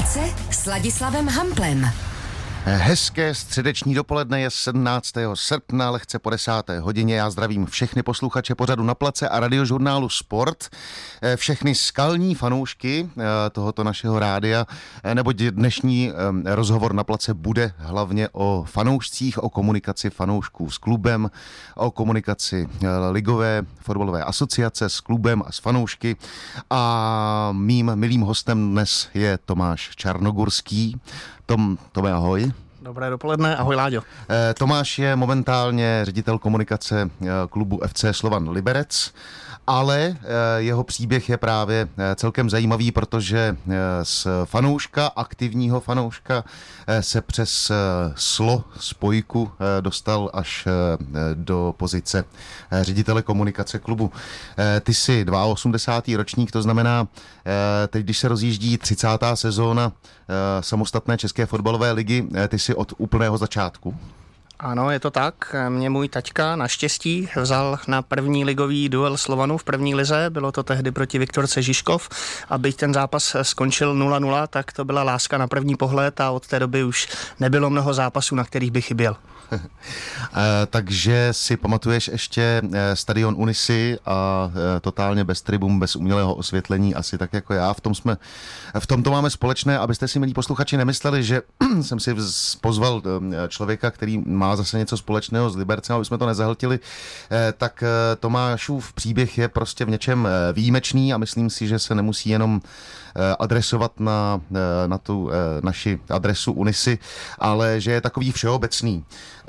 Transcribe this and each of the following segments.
place s Ladislavem Hamplem. Hezké středeční dopoledne je 17. srpna, lehce po 10. hodině. Já zdravím všechny posluchače pořadu Na place a radiožurnálu Sport, všechny skalní fanoušky tohoto našeho rádia, neboť dnešní rozhovor Na place bude hlavně o fanoušcích, o komunikaci fanoušků s klubem, o komunikaci ligové fotbalové asociace s klubem a s fanoušky. A mým milým hostem dnes je Tomáš Čarnogurský. Tome, ahoj. Dobré dopoledne, ahoj Láďo. Tomáš je momentálně ředitel komunikace klubu FC Slovan Liberec, ale jeho příběh je právě celkem zajímavý, protože z fanouška, aktivního fanouška, se přes spojku dostal až do pozice ředitele komunikace klubu. Ty jsi 82. ročník, to znamená, teď, když se rozjíždí 30. sezóna samostatné české fotbalové ligy, ty jsi od úplného začátku? Ano, je to tak. Mě můj taťka naštěstí vzal na první ligový duel Slovanu v první lize. Bylo to tehdy proti Viktorce Žižkov. A byť ten zápas skončil 0-0, tak to byla láska na první pohled a od té doby už nebylo mnoho zápasů, na kterých bych chyběl. Takže si pamatuješ ještě stadion Unisy a totálně bez tribun, bez umělého osvětlení, asi tak jako já. V tom to máme společné, abyste si, milí posluchači, nemysleli, že jsem si pozval člověka, který má zase něco společného s Libercem, aby jsme to nezahltili. Tak Tomášův příběh je prostě v něčem výjimečný a myslím si, že se nemusí jenom adresovat na tu naši adresu Unisy, ale že je takový všeobecný.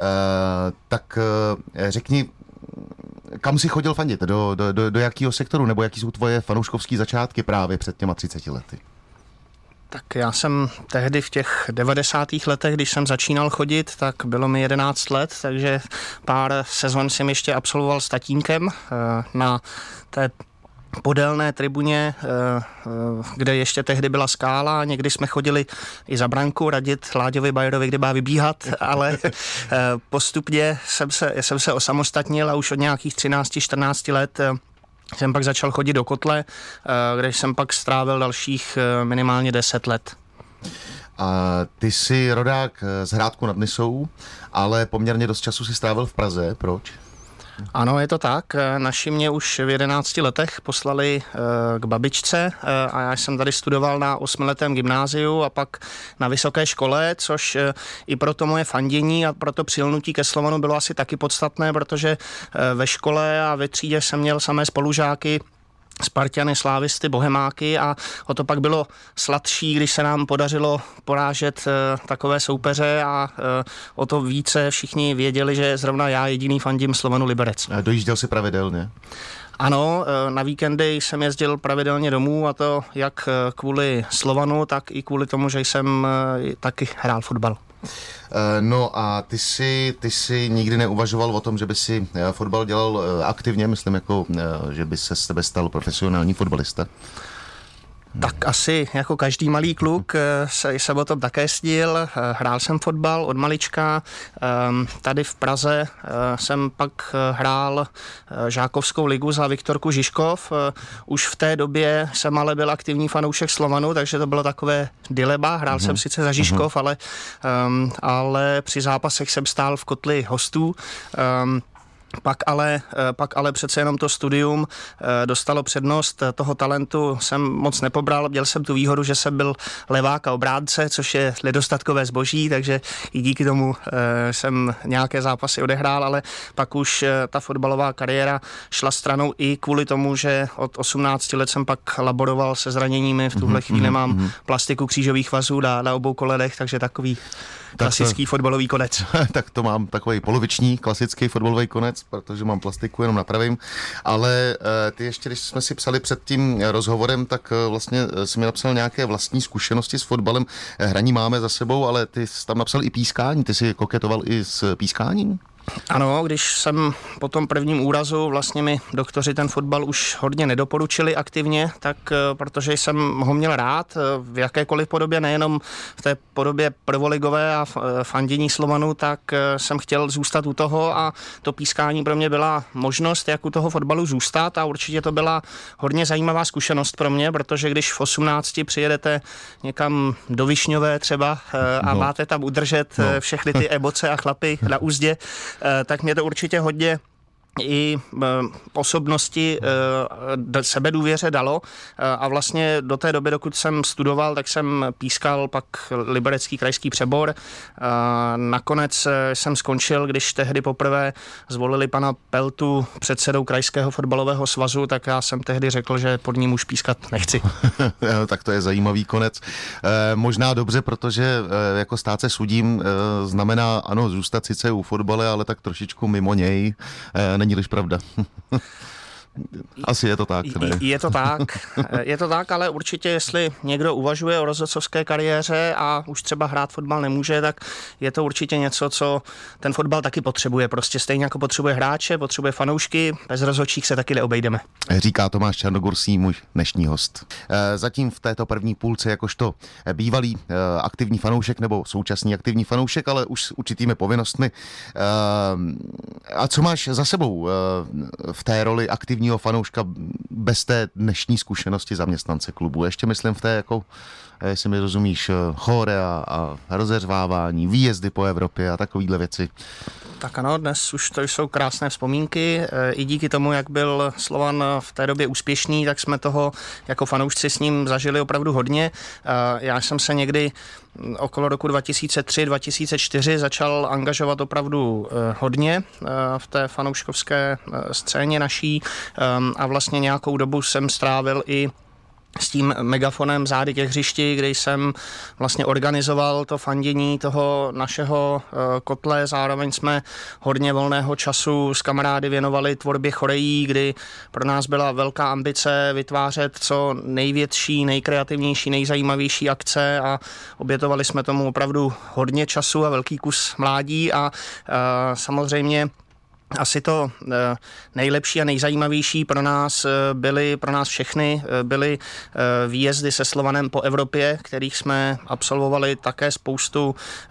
Tak řekni, kam jsi chodil fandit? Do jakého sektoru? Nebo jaký jsou tvoje fanouškovský začátky právě před těma 30 lety? Tak já jsem tehdy v těch 90. letech, když jsem začínal chodit, tak bylo mi 11 let, takže pár sezon jsem ještě absolvoval s tatínkem na té podélné tribuně, kde ještě tehdy byla skála. Někdy jsme chodili i za branku radit Láďovi Bajerovi, kde má vybíhat, ale postupně jsem se osamostatnil a už od nějakých 13-14 let jsem pak začal chodit do Kotle, kde jsem pak strávil dalších minimálně 10 let. A ty jsi rodák z Hrádku nad Nisou, ale poměrně dost času si strávil v Praze. Proč? Ano, je to tak. Naši mě už v 11 letech poslali k babičce a já jsem tady studoval na 8letém gymnáziu a pak na vysoké škole, což i pro to moje fandění a pro to přilnutí ke Slovanu bylo asi taky podstatné, protože ve škole a ve třídě jsem měl samé spolužáky, Sparťany, Slávisty, Bohemáky a o to pak bylo sladší, když se nám podařilo porážet takové soupeře a o to více všichni věděli, že zrovna já jediný fandím Slovanu Liberec. A dojížděl jsi pravidelně? Ano, na víkendy jsem jezdil pravidelně domů a to jak kvůli Slovanu, tak i kvůli tomu, že jsem taky hrál fotbal. No a ty jsi nikdy neuvažoval o tom, že by si fotbal dělal aktivně, myslím, jako, že by se z tebe stal profesionální fotbalista? Tak asi jako každý malý kluk jsem o tom také snil. Hrál jsem fotbal od malička. Tady v Praze jsem pak hrál žákovskou ligu za Viktorku Žižkov. Už v té době jsem ale byl aktivní fanoušek Slovanu, takže to bylo takové dilema. Hrál jsem sice za Žižkov, ale při zápasech jsem stál v kotli hostů. Pak ale přece jenom to studium dostalo přednost, toho talentu jsem moc nepobral, měl jsem tu výhodu, že jsem byl levák a obránce, což je nedostatkové zboží, takže i díky tomu jsem nějaké zápasy odehrál, ale pak už ta fotbalová kariéra šla stranou i kvůli tomu, že od 18 let jsem pak laboroval se zraněními, v tuhle chvíli mám plastiku křížových vazů na obou kolenech, takže takový klasický fotbalový konec. Tak to mám takový poloviční klasický fotbalový konec, protože mám plastiku jenom na pravým, ale ty ještě, když jsme si psali před tím rozhovorem, tak vlastně jsi mi napsal nějaké vlastní zkušenosti s fotbalem. Hraní máme za sebou, ale ty jsi tam napsal i pískání. Ty jsi koketoval i s pískáním? Ano, když jsem po tom prvním úrazu, vlastně mi doktoři ten fotbal už hodně nedoporučili aktivně, tak protože jsem ho měl rád v jakékoliv podobě, nejenom v té podobě prvoligové a fandění Slovanu, tak jsem chtěl zůstat u toho a to pískání pro mě byla možnost, jak u toho fotbalu zůstat a určitě to byla hodně zajímavá zkušenost pro mě, protože když v 18 přijedete někam do Višňové třeba a máte tam udržet všechny ty eboce a chlapy na úzdě, tak mě to určitě hodně i osobnosti sebedůvěře dalo a vlastně do té doby, dokud jsem studoval, tak jsem pískal pak Liberecký krajský přebor. Nakonec jsem skončil, když tehdy poprvé zvolili pana Peltu předsedou Krajského fotbalového svazu, tak já jsem tehdy řekl, že pod ním už pískat nechci. Tak to je zajímavý konec. Možná dobře, protože jako stát se sudím znamená, ano, zůstat sice u fotbale, ale tak trošičku mimo něj. Není-liž pravda. Asi je to tak, ne? Je to tak, ale určitě, jestli někdo uvažuje o rozhodcovské kariéře a už třeba hrát fotbal nemůže, tak je to určitě něco, co ten fotbal taky potřebuje. Prostě stejně jako potřebuje hráče, potřebuje fanoušky, bez rozhodčích se taky neobejdeme. Říká Tomáš Černogursý, můj dnešní host. Zatím v této první půlce jakožto bývalý aktivní fanoušek nebo současný aktivní fanoušek, ale už s určitými povinnostmi. A co máš za sebou v té roli aktivního fanouška bez té dnešní zkušenosti zaměstnance klubu? Ještě myslím v té, jako, jestli mi rozumíš, chóre a rozeřvávání, výjezdy po Evropě a takovýhle věci. Tak ano, dnes už to jsou krásné vzpomínky. I díky tomu, jak byl Slovan v té době úspěšný, tak jsme toho jako fanoušci s ním zažili opravdu hodně. Já jsem se někdy okolo roku 2003-2004 začal angažovat opravdu hodně v té fanouškovské scéně naší a vlastně nějakou dobu jsem strávil i s tím megafonem zády těch hřišti, kde jsem vlastně organizoval to fandění toho našeho kotle. Zároveň jsme hodně volného času s kamarády věnovali tvorbě chorejí, kdy pro nás byla velká ambice vytvářet co největší, nejkreativnější, nejzajímavější akce a obětovali jsme tomu opravdu hodně času a velký kus mládí a samozřejmě asi to nejlepší a nejzajímavější pro nás všechny byly výjezdy se Slovanem po Evropě, kterých jsme absolvovali také spoustu.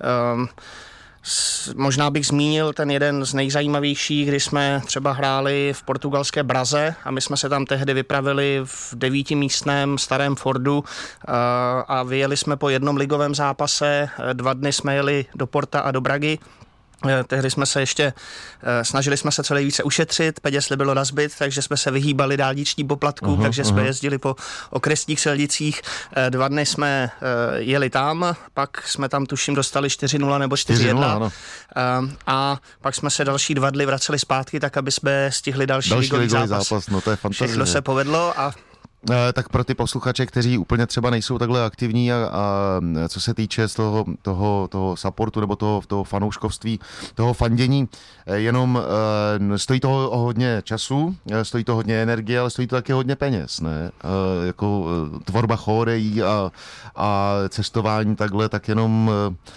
Možná bych zmínil ten jeden z nejzajímavějších, kdy jsme třeba hráli v portugalské Braze a my jsme se tam tehdy vypravili v 9místném starém Fordu a vyjeli jsme po jednom ligovém zápase, 2 dny jsme jeli do Porta a do Bragy. Tehdy jsme se ještě snažili jsme se co nejvíce ušetřit, peněz bylo na zbyt, takže jsme se vyhýbali dálničním poplatkům, takže jsme jezdili po okresních silnicích. 2 dny jsme jeli tam, pak jsme tam tuším dostali 4-0 nebo 4-1 a pak jsme se další 2 dny vraceli zpátky, tak aby jsme stihli další ligový zápas. No to je fantazie. Všechno se povedlo a tak pro ty posluchače, kteří úplně třeba nejsou takhle aktivní a co se týče z toho supportu nebo toho fanouškovství, toho fandění, jenom stojí to hodně času, stojí to hodně energie, ale stojí to taky hodně peněz, ne? Jako tvorba chorejí a cestování takhle, tak jenom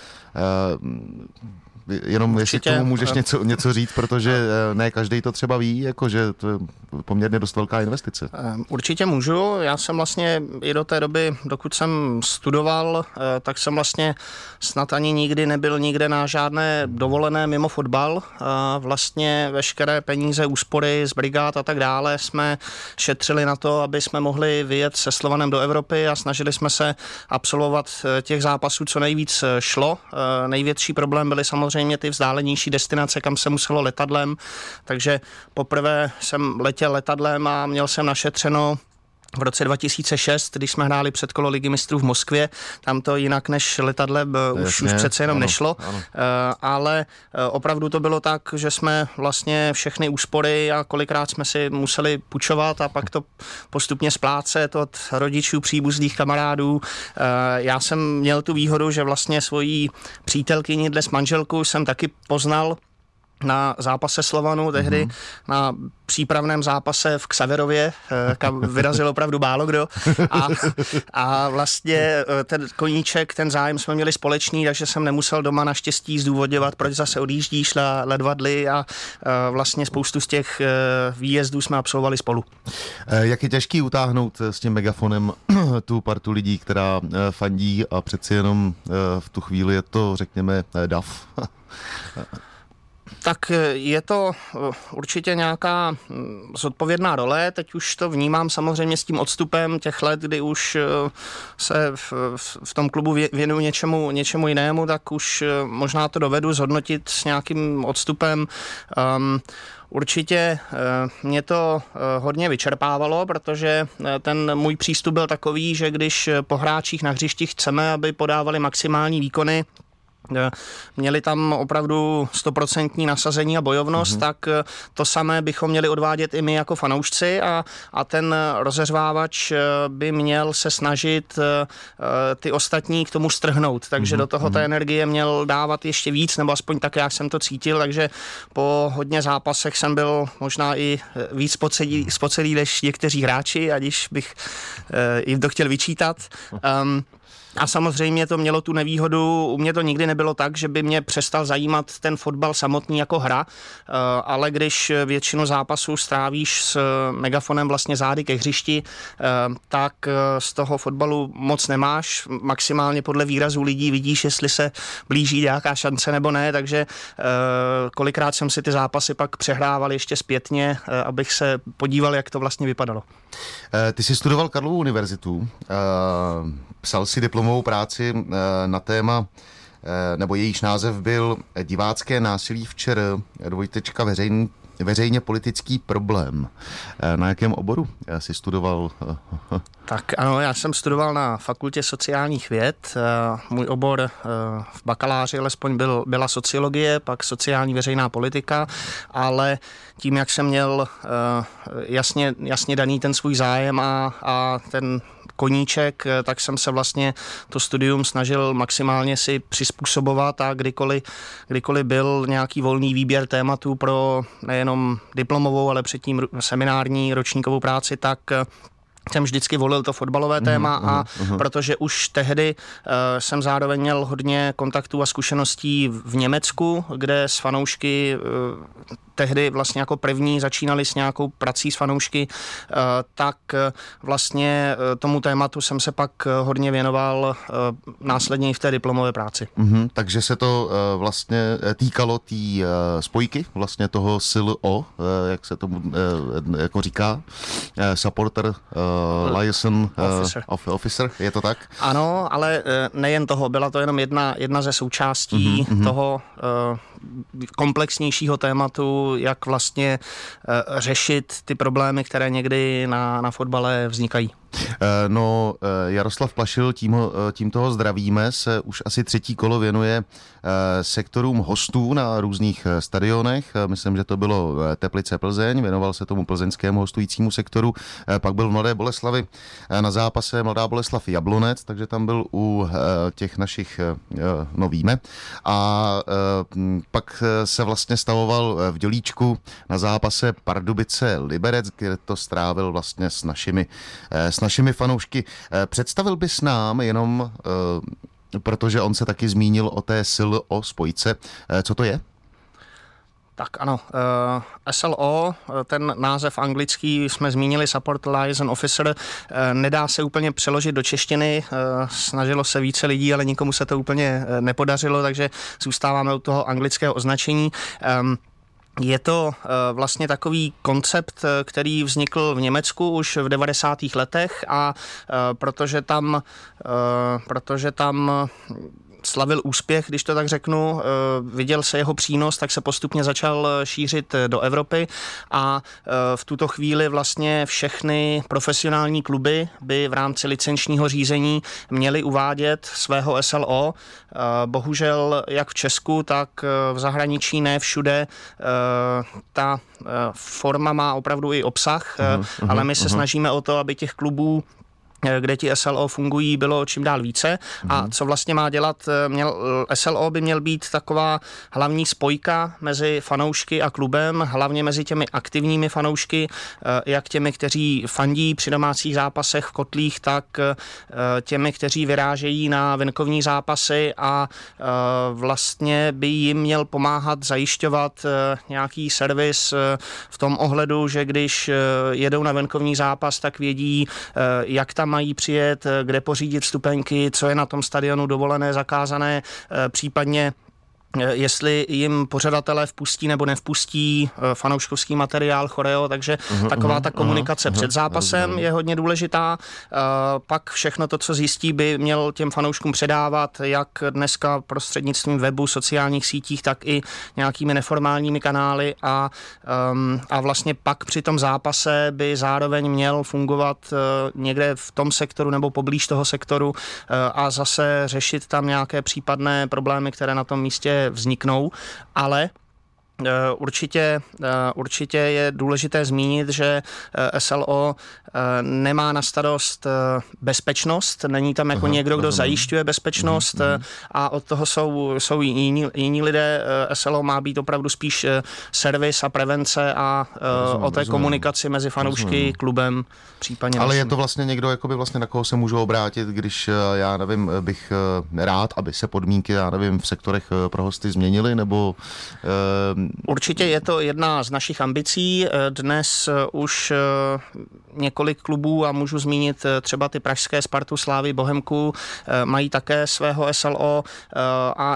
jestli k tomu můžeš něco říct, protože ne každý to třeba ví, jakože to je poměrně dost velká investice. Určitě můžu. Já jsem vlastně i do té doby, dokud jsem studoval, tak jsem vlastně snad ani nikdy nebyl nikde na žádné dovolené mimo fotbal. Vlastně veškeré peníze, úspory z brigád a tak dále jsme šetřili na to, aby jsme mohli vyjet se Slovanem do Evropy a snažili jsme se absolvovat těch zápasů, co nejvíc šlo. Největší problém byly samozřejmě ty vzdálenější destinace, kam se muselo letadlem, takže poprvé jsem letěl letadlem a měl jsem našetřeno v roce 2006, když jsme hráli předkolo Ligy mistrů v Moskvě, tam to jinak než letadlem už přece jenom nešlo, ale opravdu to bylo tak, že jsme vlastně všechny úspory a kolikrát jsme si museli půjčovat a pak to postupně splácet od rodičů, příbuzných, kamarádů. Já jsem měl tu výhodu, že vlastně svoji přítelkyni, dnes manželku, jsem taky poznal na zápase Slovanu, tehdy na přípravném zápase v Xaverově, kam vyrazil opravdu málo kdo. A vlastně ten koníček, ten zájem jsme měli společný, takže jsem nemusel doma naštěstí zdůvodňovat, proč zase odjíždíš na Ledvadly a vlastně spoustu z těch výjezdů jsme absolvovali spolu. Jak je těžký utáhnout s tím megafonem tu partu lidí, která fandí a přeci jenom v tu chvíli je to, řekněme, dav? Tak je to určitě nějaká zodpovědná role, teď už to vnímám samozřejmě s tím odstupem těch let, kdy už se v tom klubu věnuju něčemu jinému, tak už možná to dovedu zhodnotit s nějakým odstupem. Určitě mě to hodně vyčerpávalo, protože ten můj přístup byl takový, že když po hráčích na hřišti chceme, aby podávali maximální výkony, měli tam opravdu 100% nasazení a bojovnost, tak to samé bychom měli odvádět i my jako fanoušci a ten rozeřvávač by měl se snažit ty ostatní k tomu strhnout, takže do toho ta energie měl dávat ještě víc, nebo aspoň tak, jak jsem to cítil, takže po hodně zápasech jsem byl možná i víc spocelý než někteří hráči, aniž bych jim to chtěl vyčítat. A samozřejmě to mělo tu nevýhodu, u mě to nikdy nebylo tak, že by mě přestal zajímat ten fotbal samotný jako hra, ale když většinu zápasů strávíš s megafonem vlastně zády ke hřišti, tak z toho fotbalu moc nemáš, maximálně podle výrazů lidí vidíš, jestli se blíží nějaká šance nebo ne, takže kolikrát jsem si ty zápasy pak přehrával ještě zpětně, abych se podíval, jak to vlastně vypadalo. Ty jsi studoval Karlovu univerzitu, psal si diplomovou práci na téma, nebo jejíž název byl Divácké násilí v ČR, veřejně politický problém. Na jakém oboru jsi studoval? Tak ano, já jsem studoval na Fakultě sociálních věd. Můj obor v bakaláři alespoň byla sociologie, pak sociální veřejná politika, ale tím, jak jsem měl jasně daný ten svůj zájem a ten koníček, tak jsem se vlastně to studium snažil maximálně si přizpůsobovat a kdykoliv byl nějaký volný výběr tématů pro nejenom diplomovou, ale předtím seminární ročníkovou práci, tak jsem vždycky volil to fotbalové téma a protože už tehdy jsem zároveň měl hodně kontaktů a zkušeností v Německu, kde s fanoušky tehdy vlastně jako první začínali s nějakou prací s fanoušky, tak vlastně tomu tématu jsem se pak hodně věnoval následně i v té diplomové práci. Takže se to vlastně týkalo té spojky, vlastně toho SIL-O, jak se tomu jako říká, supporter liaison officer, je to tak? Ano, ale nejen toho, byla to jenom jedna ze součástí toho komplexnějšího tématu, jak vlastně řešit ty problémy, které někdy na fotbale vznikají. No, Jaroslav Plašil, tím toho zdravíme, se už asi třetí kolo věnuje sektorům hostů na různých stadionech. Myslím, že to bylo Teplice Plzeň, věnoval se tomu plzeňskému hostujícímu sektoru. Pak byl v Mladé Boleslavi na zápase Mladá Boleslav Jablonec, takže tam byl u těch našich, no víme. A pak se vlastně stavoval v Dělíčku na zápase Pardubice Liberec, kde to strávil vlastně s našimi fanoušky. Představil bys nám jenom, protože on se taky zmínil o té SIL-O spojce, co to je? Tak ano, SLO, ten název anglický jsme zmínili, Support Liaison Officer, nedá se úplně přeložit do češtiny, snažilo se více lidí, ale nikomu se to úplně nepodařilo, takže zůstáváme u toho anglického označení. Je to vlastně takový koncept, který vznikl v Německu už v 90. letech a protože tam slavil úspěch, když to tak řeknu, viděl se jeho přínos, tak se postupně začal šířit do Evropy a v tuto chvíli vlastně všechny profesionální kluby by v rámci licenčního řízení měly uvádět svého SLO. Bohužel jak v Česku, tak v zahraničí ne všude ta forma má opravdu i obsah, ale my se snažíme o to, aby těch klubů kde ti SLO fungují, bylo čím dál více. A co vlastně má dělat? SLO by měl být taková hlavní spojka mezi fanoušky a klubem, hlavně mezi těmi aktivními fanoušky, jak těmi, kteří fandí při domácích zápasech v kotlích, tak těmi, kteří vyrážejí na venkovní zápasy a vlastně by jim měl pomáhat zajišťovat nějaký servis v tom ohledu, že když jedou na venkovní zápas, tak vědí, jak tam mají přijet, kde pořídit vstupenky, co je na tom stadionu dovolené, zakázané, případně jestli jim pořadatelé vpustí nebo nevpustí fanouškovský materiál, choreo, takže taková ta komunikace před zápasem je hodně důležitá. Pak všechno to, co zjistí, by měl těm fanouškům předávat, jak dneska prostřednictvím webu, sociálních sítích, tak i nějakými neformálními kanály a vlastně pak při tom zápase by zároveň měl fungovat někde v tom sektoru nebo poblíž toho sektoru a zase řešit tam nějaké případné problémy, které na tom místě vzniknou, ale určitě je důležité zmínit, že SLO nemá na starost bezpečnost, není tam jako někdo, kdo zajišťuje bezpečnost a od toho jsou jiní lidé. SLO má být opravdu spíš servis a prevence a o té komunikaci mezi fanoušky, klubem, případně. Ale je to vlastně někdo, jakoby vlastně na koho se můžu obrátit, když já nevím, bych rád, aby se podmínky, já nevím, v sektorech pro hosty změnily, nebo určitě je to jedna z našich ambicí. Dnes už několik klubů, a můžu zmínit třeba ty pražské Spartu, Slávy, Bohemku, mají také svého SLO a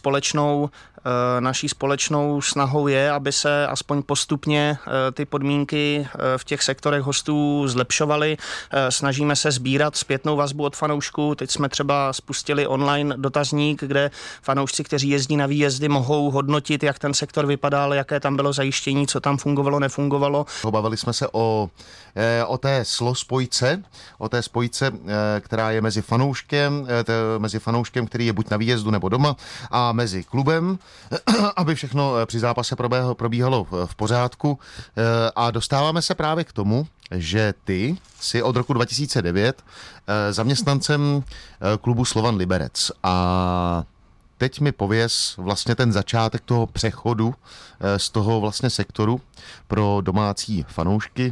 naší společnou snahou je, aby se aspoň postupně ty podmínky v těch sektorech hostů zlepšovaly. Snažíme se sbírat zpětnou vazbu od fanoušků. Teď jsme třeba spustili online dotazník, kde fanoušci, kteří jezdí na výjezdy, mohou hodnotit, jak ten sektor vypadal, jaké tam bylo zajištění, co tam fungovalo, nefungovalo. Bavili jsme se o té spojce, která je mezi fanouškem, který je buď na výjezdu nebo doma, a mezi klubem, aby všechno při zápase probíhalo v pořádku. A dostáváme se právě k tomu, že ty jsi od roku 2009 zaměstnancem klubu Slovan Liberec. A teď mi pověz vlastně ten začátek toho přechodu z toho vlastně sektoru pro domácí fanoušky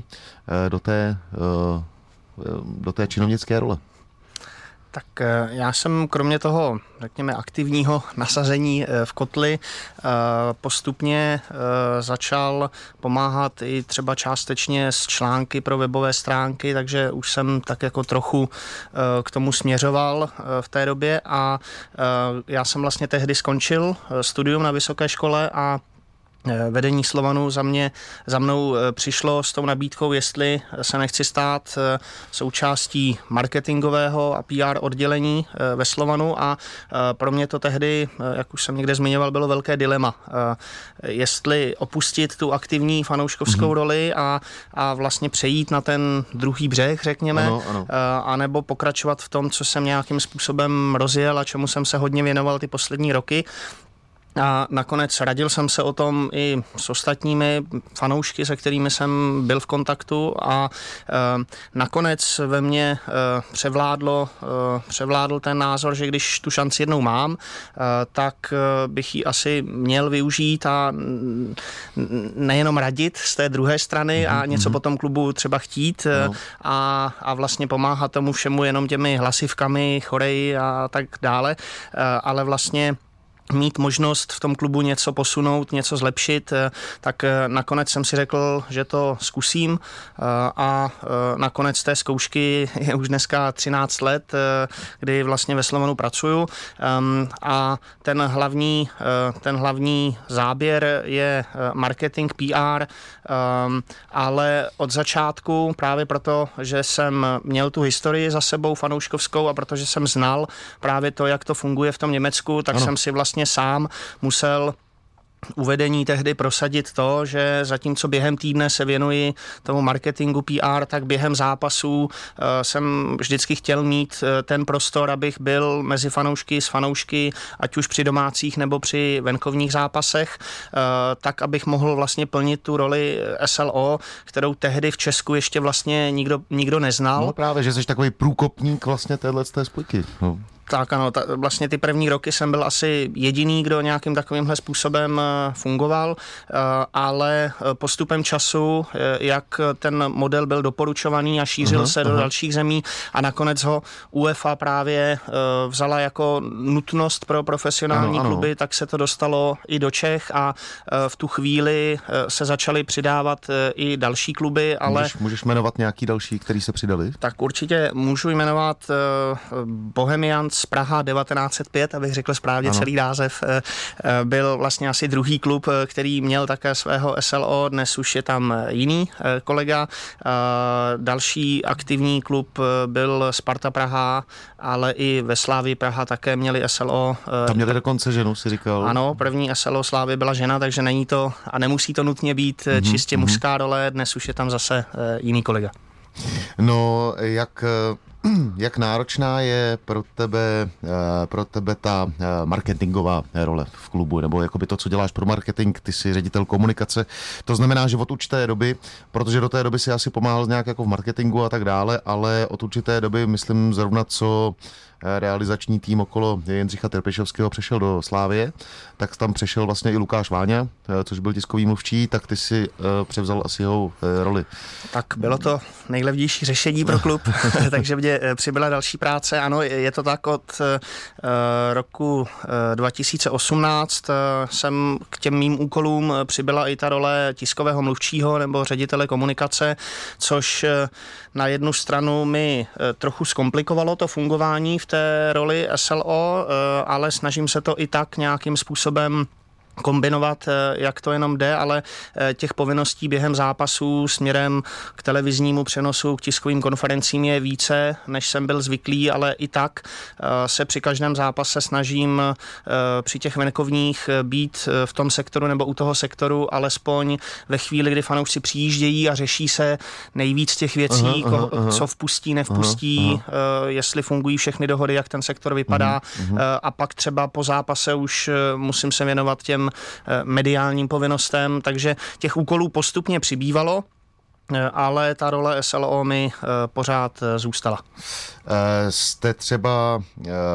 do té činovnické role. Tak já jsem kromě toho, řekněme, aktivního nasazení v kotli postupně začal pomáhat i třeba částečně s články pro webové stránky, takže už jsem tak jako trochu k tomu směřoval v té době a já jsem vlastně tehdy skončil studium na vysoké škole a vedení Slovanu za mnou přišlo s tou nabídkou, jestli se nechci stát součástí marketingového a PR oddělení ve Slovanu a pro mě to tehdy, jak už jsem někde zmiňoval, bylo velké dilema. Jestli opustit tu aktivní fanouškovskou roli a vlastně přejít na ten druhý břeh, řekněme, ano. Anebo pokračovat v tom, co jsem nějakým způsobem rozjel a čemu jsem se hodně věnoval ty poslední roky. A nakonec radil jsem se o tom i s ostatními fanoušky, se kterými jsem byl v kontaktu a nakonec ve mně převládl ten názor, že když tu šanci jednou mám, tak bych ji asi měl využít a nejenom radit z té druhé strany a něco po tom klubu třeba chtít a vlastně pomáhat tomu všemu jenom těmi hlasivkami, choreji a tak dále, ale vlastně mít možnost v tom klubu něco posunout, něco zlepšit, tak nakonec jsem si řekl, že to zkusím a nakonec té zkoušky je už dneska 13 let, kdy vlastně ve Slovanu pracuju a ten hlavní záběr je marketing, PR, ale od začátku právě proto, že jsem měl tu historii za sebou fanouškovskou a protože jsem znal právě to, jak to funguje v tom Německu, tak jsem si vlastně sám musel uvedení tehdy prosadit to, že zatímco během týdne se věnuji tomu marketingu PR, tak během zápasů jsem vždycky chtěl mít ten prostor, abych byl mezi fanoušky, s fanoušky, ať už při domácích nebo při venkovních zápasech, tak abych mohl vlastně plnit tu roli SLO, kterou tehdy v Česku ještě vlastně nikdo neznal. No právě, že jsi takový průkopník vlastně téhleté spojky. No. Tak ano, vlastně ty první roky jsem byl asi jediný, kdo nějakým takovýmhle způsobem fungoval, ale postupem času, jak ten model byl doporučovaný a šířil se do dalších zemí a nakonec ho UEFA právě vzala jako nutnost pro profesionální kluby, tak se to dostalo i do Čech a v tu chvíli se začaly přidávat i další kluby, ale... Můžeš jmenovat nějaký další, který se přidali? Tak určitě můžu jmenovat Bohemians Praha 1905, abych řekl správně celý název, byl vlastně asi druhý klub, který měl také svého SLO, dnes už je tam jiný kolega. Další aktivní klub byl Sparta Praha, ale i ve Slávii Praha také měli SLO. Tam měli dokonce ženu, si říkal. Ano, první SLO Slávy byla žena, takže není to a nemusí to nutně být čistě mužská role, dnes už je tam zase jiný kolega. No, jak náročná je pro tebe ta marketingová role v klubu, nebo jakoby to, co děláš pro marketing, ty jsi ředitel komunikace, to znamená, že od určité doby, protože do té doby si asi pomáhal nějak jako v marketingu a tak dále, ale od určité doby, myslím zrovna co realizační tým okolo Jindřicha Trpišovského přešel do Slávie, tak tam přešel vlastně i Lukáš Váňa, což byl tiskový mluvčí, tak ty si převzal asi jeho roli. Tak bylo to nejlevnější řešení pro klub, takže mě přibyla další práce. Ano, je to tak, od roku 2018 jsem k těm mým úkolům přibyla i ta role tiskového mluvčího nebo ředitele komunikace, což na jednu stranu mi trochu zkomplikovalo to fungování v té roli SLO, ale snažím se to i tak nějakým způsobem kombinovat, jak to jenom jde, ale těch povinností během zápasů směrem k televiznímu přenosu, k tiskovým konferencím je více, než jsem byl zvyklý, ale i tak se při každém zápase snažím při těch venkovních být v tom sektoru nebo u toho sektoru, alespoň ve chvíli, kdy fanoušci přijíždějí a řeší se nejvíc těch věcí, co vpustí, nevpustí, jestli fungují všechny dohody, jak ten sektor vypadá a pak třeba po zápase už musím se věnovat těm mediálním povinnostem, takže těch úkolů postupně přibývalo, ale ta role SLO mi pořád zůstala. Jste třeba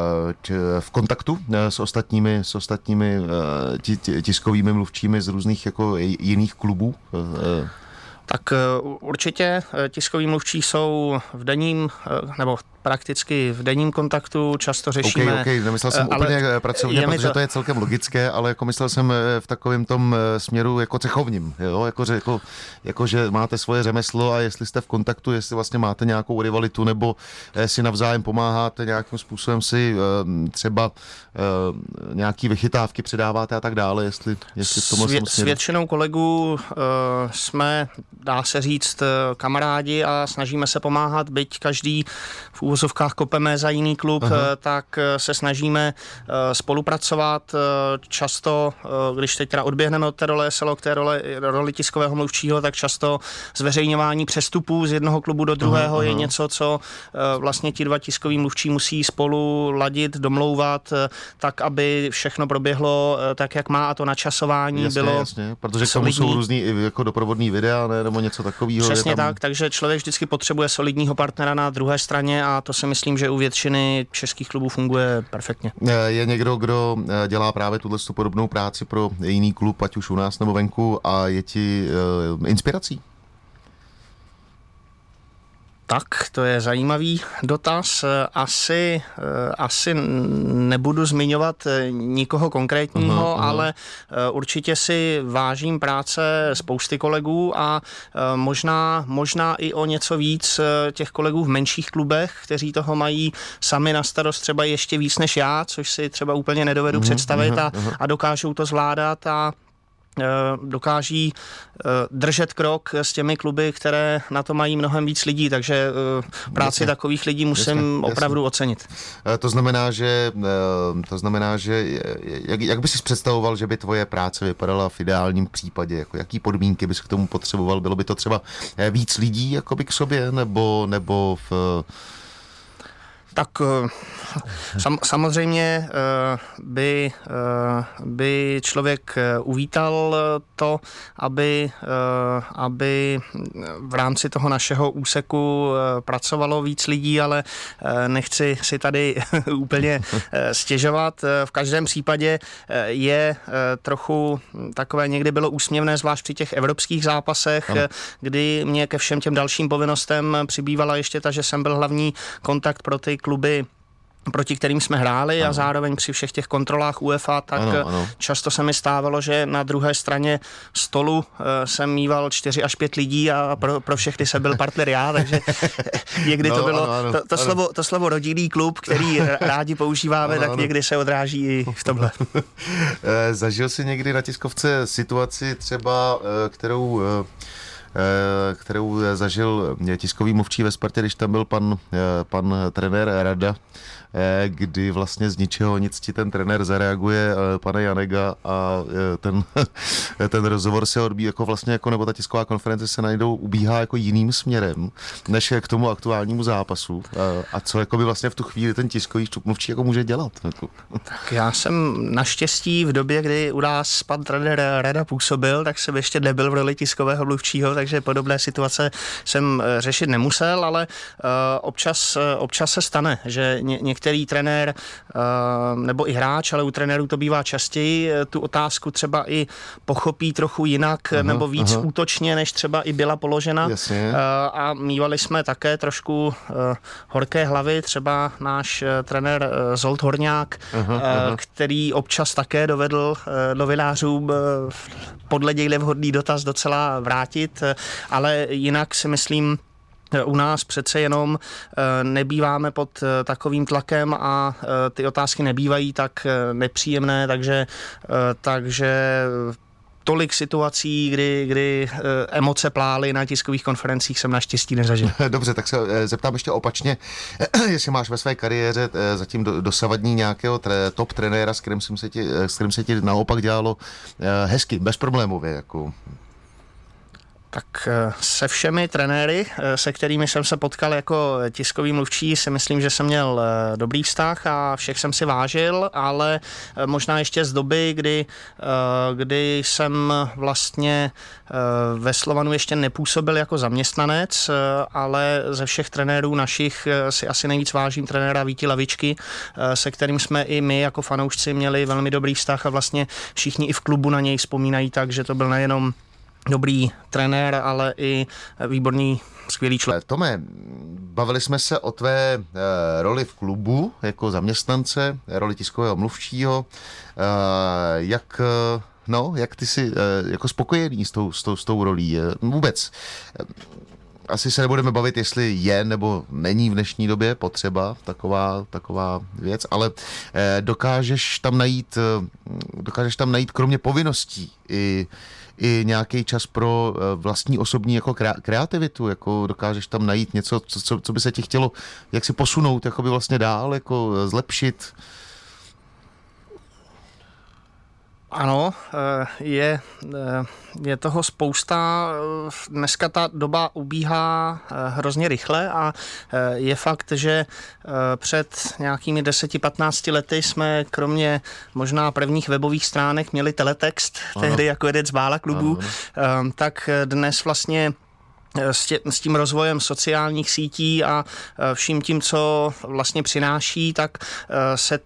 v kontaktu s ostatními tiskovými mluvčími z různých jako jiných klubů? Tak určitě tiskoví mluvčí jsou v denním, nebo prakticky v denním kontaktu, často řešíme... Okay. Nemyslel jsem úplně pracovně, protože to je celkem logické, ale jako myslel jsem v takovém tom směru jako cechovním, jo? Jako že máte svoje řemeslo a jestli jste v kontaktu, jestli vlastně máte nějakou rivalitu, nebo si navzájem pomáháte nějakým způsobem si třeba nějaký vychytávky předáváte a tak dále, jestli v tomhle směru. S většinou kolegů jsme, dá se říct, kamarádi a snažíme se pomáhat, byť každý v úvozovkách kopeme za jiný klub, tak se snažíme spolupracovat. Často, když teď teda odběhneme od té role SLO k té roli tiskového mluvčího, tak často zveřejňování přestupů z jednoho klubu do druhého je něco, co vlastně ti dva tiskoví mluvčí musí spolu ladit, domlouvat, tak, aby všechno proběhlo tak, jak má, a to načasování bylo jasně, protože k tomu jsou různý jako doprovodný videa, ne, nebo něco takového. Přesně tak, takže člověk vždycky potřebuje solidního partnera na druhé straně a to si myslím, že u většiny českých klubů funguje perfektně. Je někdo, kdo dělá právě tuhle podobnou práci pro jiný klub, ať už u nás nebo venku, a je ti inspirací? Tak, to je zajímavý dotaz. Asi nebudu zmiňovat nikoho konkrétního, ale určitě si vážím práce spousty kolegů a možná i o něco víc těch kolegů v menších klubech, kteří toho mají sami na starost třeba ještě víc než já, což si třeba úplně nedovedu představit a dokážou to zvládat a dokáží držet krok s těmi kluby, které na to mají mnohem víc lidí, takže práci takových lidí musím opravdu ocenit. To znamená, že jak bys si představoval, že by tvoje práce vypadala v ideálním případě? Jako jaký podmínky bys k tomu potřeboval? Bylo by to třeba víc lidí jakoby k sobě, nebo Tak samozřejmě by člověk uvítal to, aby v rámci toho našeho úseku pracovalo víc lidí, ale nechci si tady úplně stěžovat. V každém případě je trochu takové, někdy bylo úsměvné, zvlášť při těch evropských zápasech, kdy mě ke všem těm dalším povinnostem přibývala ještě ta, že jsem byl hlavní kontakt pro ty kluby, proti kterým jsme hráli, a zároveň při všech těch kontrolách UEFA, tak často se mi stávalo, že na druhé straně stolu jsem mýval 4 až 5 lidí a pro všechny jsem byl partner já, takže někdy to bylo to slovo rodinný klub, který rádi používáme, tak někdy se odráží i v tomhle. Zažil jsi někdy na tiskovce situaci třeba, kterou zažil tiskový mluvčí ve Spartě, když tam byl pan trenér Rada, kdy vlastně z ničeho nic ti ten trenér zareaguje, pane Janega, a ten rozhovor se odbíjí jako vlastně, jako, nebo ta tisková konference se ubíhá jako jiným směrem, než k tomu aktuálnímu zápasu. A co jako by vlastně v tu chvíli ten tiskový mluvčí jako může dělat? Jako. Tak já jsem naštěstí v době, kdy u nás pan trenér Rada působil, tak jsem ještě nebyl v roli tiskového mluvčího, takže podobné situace jsem řešit nemusel, ale občas se stane, že některý trenér nebo i hráč, ale u trenérů to bývá častěji, tu otázku třeba i pochopí trochu jinak nebo víc útočně, než třeba i byla položena. A mívali jsme také trošku horké hlavy, třeba náš trenér Zsolt Horňák, který občas také dovedl novinářům podle něj vhodný dotaz docela vrátit, ale jinak si myslím, u nás přece jenom nebýváme pod takovým tlakem a ty otázky nebývají tak nepříjemné, takže tolik situací, kdy emoce plály na tiskových konferencích, jsem naštěstí nezažil. Dobře, tak se zeptám ještě opačně, jestli máš ve své kariéře zatím dosavadní nějakého top trenéra, s kterým se ti naopak dělalo hezky, bezproblémově, jako... Tak se všemi trenéry, se kterými jsem se potkal jako tiskový mluvčí, si myslím, že jsem měl dobrý vztah a všech jsem si vážil, ale možná ještě z doby, kdy jsem vlastně ve Slovanu ještě nepůsobil jako zaměstnanec, ale ze všech trenérů našich si asi nejvíc vážím trenéra Víti Lavičky, se kterým jsme i my jako fanoušci měli velmi dobrý vztah a vlastně všichni i v klubu na něj vzpomínají tak, že to byl nejenom dobrý trenér, ale i výborný, skvělý člověk. Tome, bavili jsme se o tvé roli v klubu jako zaměstnance, roli tiskového mluvčího. Jak ty jsi jako spokojený s tou rolí? Vůbec. Asi se nebudeme bavit, jestli je nebo není v dnešní době potřeba taková věc, ale dokážeš tam najít kromě povinností i nějaký čas pro vlastní osobní jako kreativitu, jako dokážeš tam najít něco, co by se ti chtělo jak si posunout jakoby vlastně dál, jako zlepšit. Ano, je toho spousta. Dneska ta doba ubíhá hrozně rychle a je fakt, že před nějakými 10-15 lety jsme kromě možná prvních webových stránek měli teletext, tehdy jako jeden z mála klubů, tak dnes vlastně s tím rozvojem sociálních sítí a vším tím, co vlastně přináší, tak se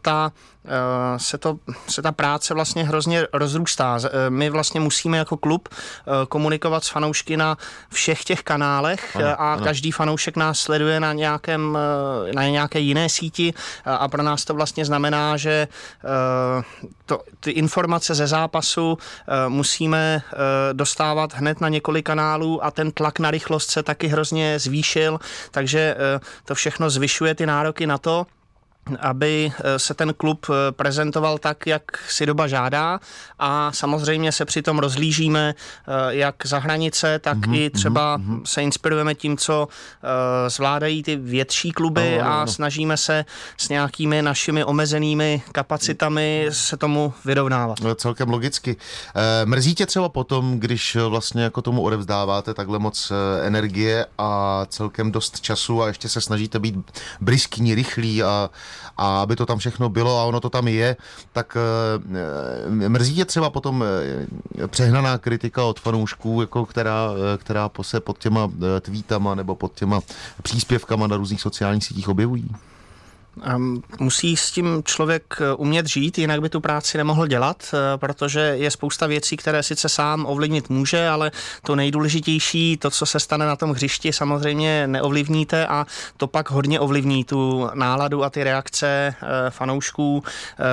ta práce vlastně hrozně rozrůstá. My vlastně musíme jako klub komunikovat s fanoušky na všech těch kanálech a každý fanoušek nás sleduje na nějaké jiné síti a pro nás to vlastně znamená, že ty informace ze zápasu musíme dostávat hned na několik kanálů a ten tlak na rychlost se taky hrozně zvýšil, takže to všechno zvyšuje ty nároky na to, aby se ten klub prezentoval tak, jak si doba žádá, a samozřejmě se přitom rozhlížíme jak za hranice, tak i třeba se inspirujeme tím, co zvládají ty větší kluby a snažíme se s nějakými našimi omezenými kapacitami se tomu vyrovnávat. Celkem logicky. Mrzí tě třeba potom, když vlastně jako tomu odevzdáváte takhle moc energie a celkem dost času a ještě se snažíte být bryskní, rychlí a aby to tam všechno bylo a ono to tam je, tak mrzí tě třeba potom přehnaná kritika od fanoušků, jako která se pod těma tweetama nebo pod těma příspěvkama na různých sociálních sítích objevují? Musí s tím člověk umět žít, jinak by tu práci nemohl dělat, protože je spousta věcí, které sice sám ovlivnit může, ale to nejdůležitější, to, co se stane na tom hřišti, samozřejmě neovlivníte a to pak hodně ovlivní tu náladu a ty reakce fanoušků,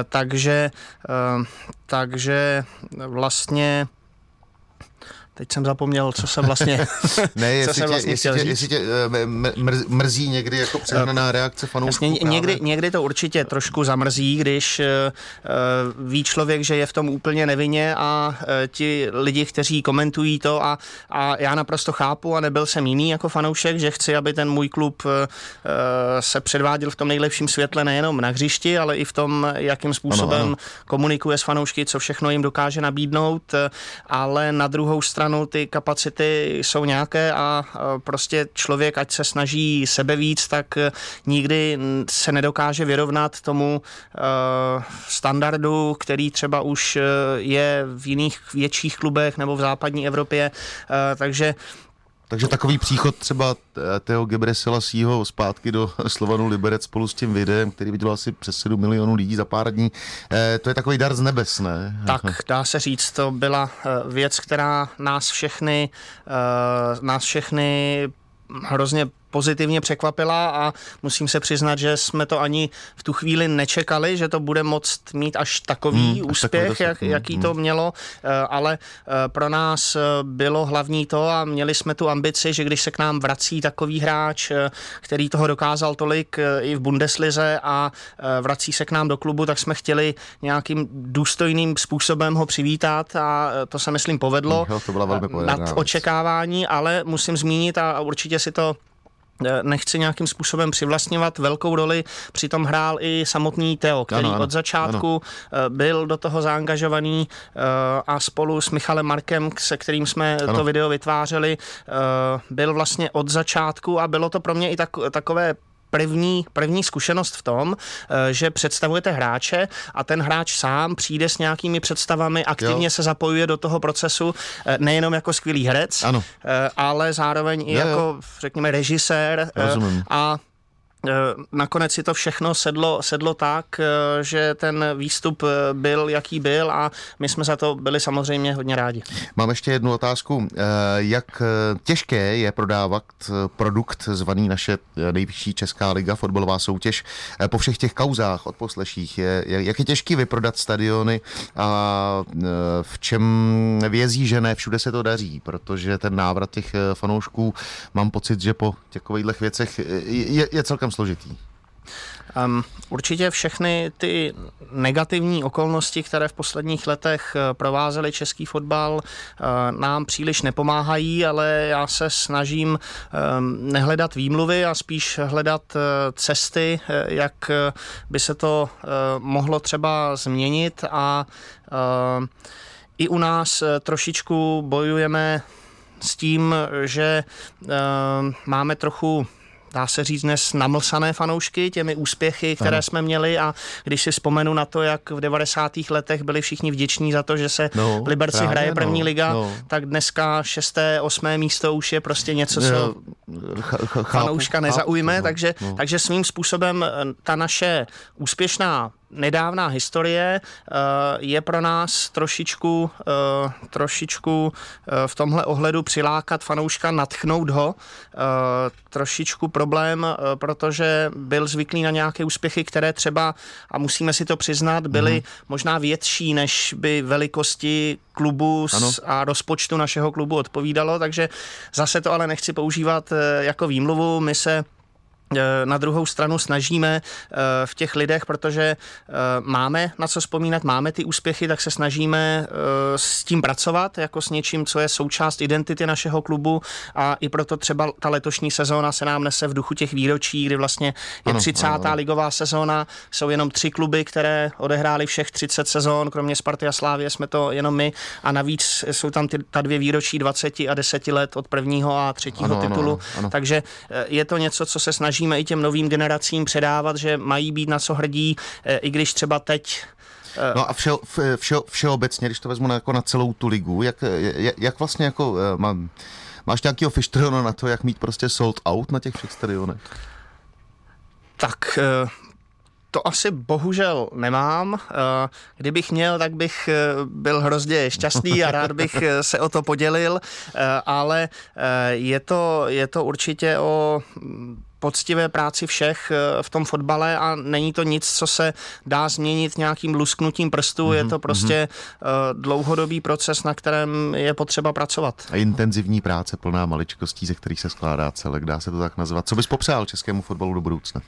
takže vlastně teď jsem zapomněl, co jsem vlastně, jestli tě mrzí někdy jako přehnaná reakce fanoušků. Někdy to určitě trošku zamrzí, když ví člověk, že je v tom úplně nevinně a ti lidi, kteří komentují to a já naprosto chápu a nebyl jsem jiný jako fanoušek, že chci, aby ten můj klub se předváděl v tom nejlepším světle nejenom na hřišti, ale i v tom, jakým způsobem komunikuje s fanoušky, co všechno jim dokáže nabídnout, ale na druhou stranu ty kapacity jsou nějaké a prostě člověk, ať se snaží sebevíc, tak nikdy se nedokáže vyrovnat tomu standardu, který třeba už je v jiných větších klubech nebo v západní Evropě, takže takový příchod třeba Theo Gebreselasího zpátky do Slovanu Liberec spolu s tím videem, který vidělo asi přes 7 milionů lidí za pár dní, to je takový dar z nebes, ne? Tak, dá se říct, to byla věc, která nás všechny hrozně pozitivně překvapila a musím se přiznat, že jsme to ani v tu chvíli nečekali, že to bude moct mít až takový úspěch, jaký to mělo, ale pro nás bylo hlavní to a měli jsme tu ambici, že když se k nám vrací takový hráč, který toho dokázal tolik i v Bundeslize a vrací se k nám do klubu, tak jsme chtěli nějakým důstojným způsobem ho přivítat a to se myslím povedlo nad očekávání, ale musím zmínit a určitě si to nechci nějakým způsobem přivlastňovat, velkou roli přitom hrál i samotný Theo, který od začátku byl do toho zaangažovaný a spolu s Michalem Markem, se kterým jsme to video vytvářeli, byl vlastně od začátku a bylo to pro mě i takové první zkušenost v tom, že představujete hráče a ten hráč sám přijde s nějakými představami, aktivně se zapojuje do toho procesu, nejenom jako skvělý herec, ale zároveň i jako, řekněme, režisér. A nakonec si to všechno sedlo tak, že ten výstup byl, jaký byl a my jsme za to byli samozřejmě hodně rádi. Mám ještě jednu otázku. Jak těžké je prodávat produkt zvaný naše nejvyšší česká liga, fotbalová soutěž, po všech těch kauzách, odposleších? Jak je těžký vyprodat stadiony a v čem vězí, že ne všude se to daří? Protože ten návrat těch fanoušků, mám pocit, že po takových věcech je celkem složitý. Určitě všechny ty negativní okolnosti, které v posledních letech provázely český fotbal, nám příliš nepomáhají, ale já se snažím nehledat výmluvy a spíš hledat cesty, jak by se to mohlo třeba změnit a i u nás trošičku bojujeme s tím, že máme trochu, dá se říct, dnes namlsané fanoušky těmi úspěchy, které jsme měli a když si vzpomenu na to, jak v 90. letech byli všichni vděční za to, že se v Liberci hraje první liga, tak dneska 6., 8. místo už je prostě něco, co fanouška nezaujme, takže svým způsobem ta naše úspěšná nedávná historie je pro nás trošičku v tomhle ohledu přilákat fanouška, nadchnout ho. Trošičku problém, protože byl zvyklý na nějaké úspěchy, které třeba, a musíme si to přiznat, byly možná větší, než by velikosti klubu a rozpočtu našeho klubu odpovídalo, takže zase to ale nechci používat jako výmluvu. My se na druhou stranu snažíme v těch lidech, protože máme na co vzpomínat, máme ty úspěchy, tak se snažíme s tím pracovat, jako s něčím, co je součást identity našeho klubu, a i proto třeba ta letošní sezóna se nám nese v duchu těch výročí, kdy vlastně je 30. ligová sezóna, jsou jenom 3 kluby, které odehrály všech 30 sezón, kromě Sparty a Slávie jsme to jenom my, a navíc jsou tam ta 2 výročí 20 a 10 let od prvního a třetího titulu, takže je to něco, co se snažíme i těm novým generacím předávat, že mají být na co hrdí, i když třeba teď... No a všeobecně, když to vezmu jako na celou tu ligu, jak vlastně jako máš nějakýho fištrona na to, jak mít prostě sold out na těch všech stadionech? Tak... To asi bohužel nemám. Kdybych měl, tak bych byl hrozně šťastný a rád bych se o to podělil, ale je to určitě o poctivé práci všech v tom fotbale a není to nic, co se dá změnit nějakým lusknutím prstu, je to prostě dlouhodobý proces, na kterém je potřeba pracovat. A intenzivní práce plná maličkostí, ze kterých se skládá celek, dá se to tak nazvat. Co bys popřál českému fotbalu do budoucna?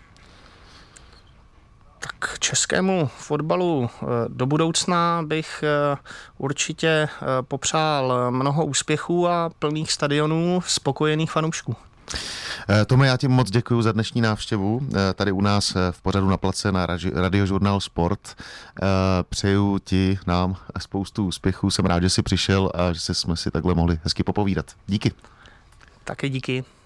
Tak českému fotbalu do budoucna bych určitě popřál mnoho úspěchů a plných stadionů, spokojených fanoušků. Tome, já ti moc děkuji za dnešní návštěvu tady u nás v pořadu Na place na Radiožurnál Sport. Přeju ti, nám spoustu úspěchů. Jsem rád, že jsi přišel a že jsme si takhle mohli hezky popovídat. Díky. Taky díky.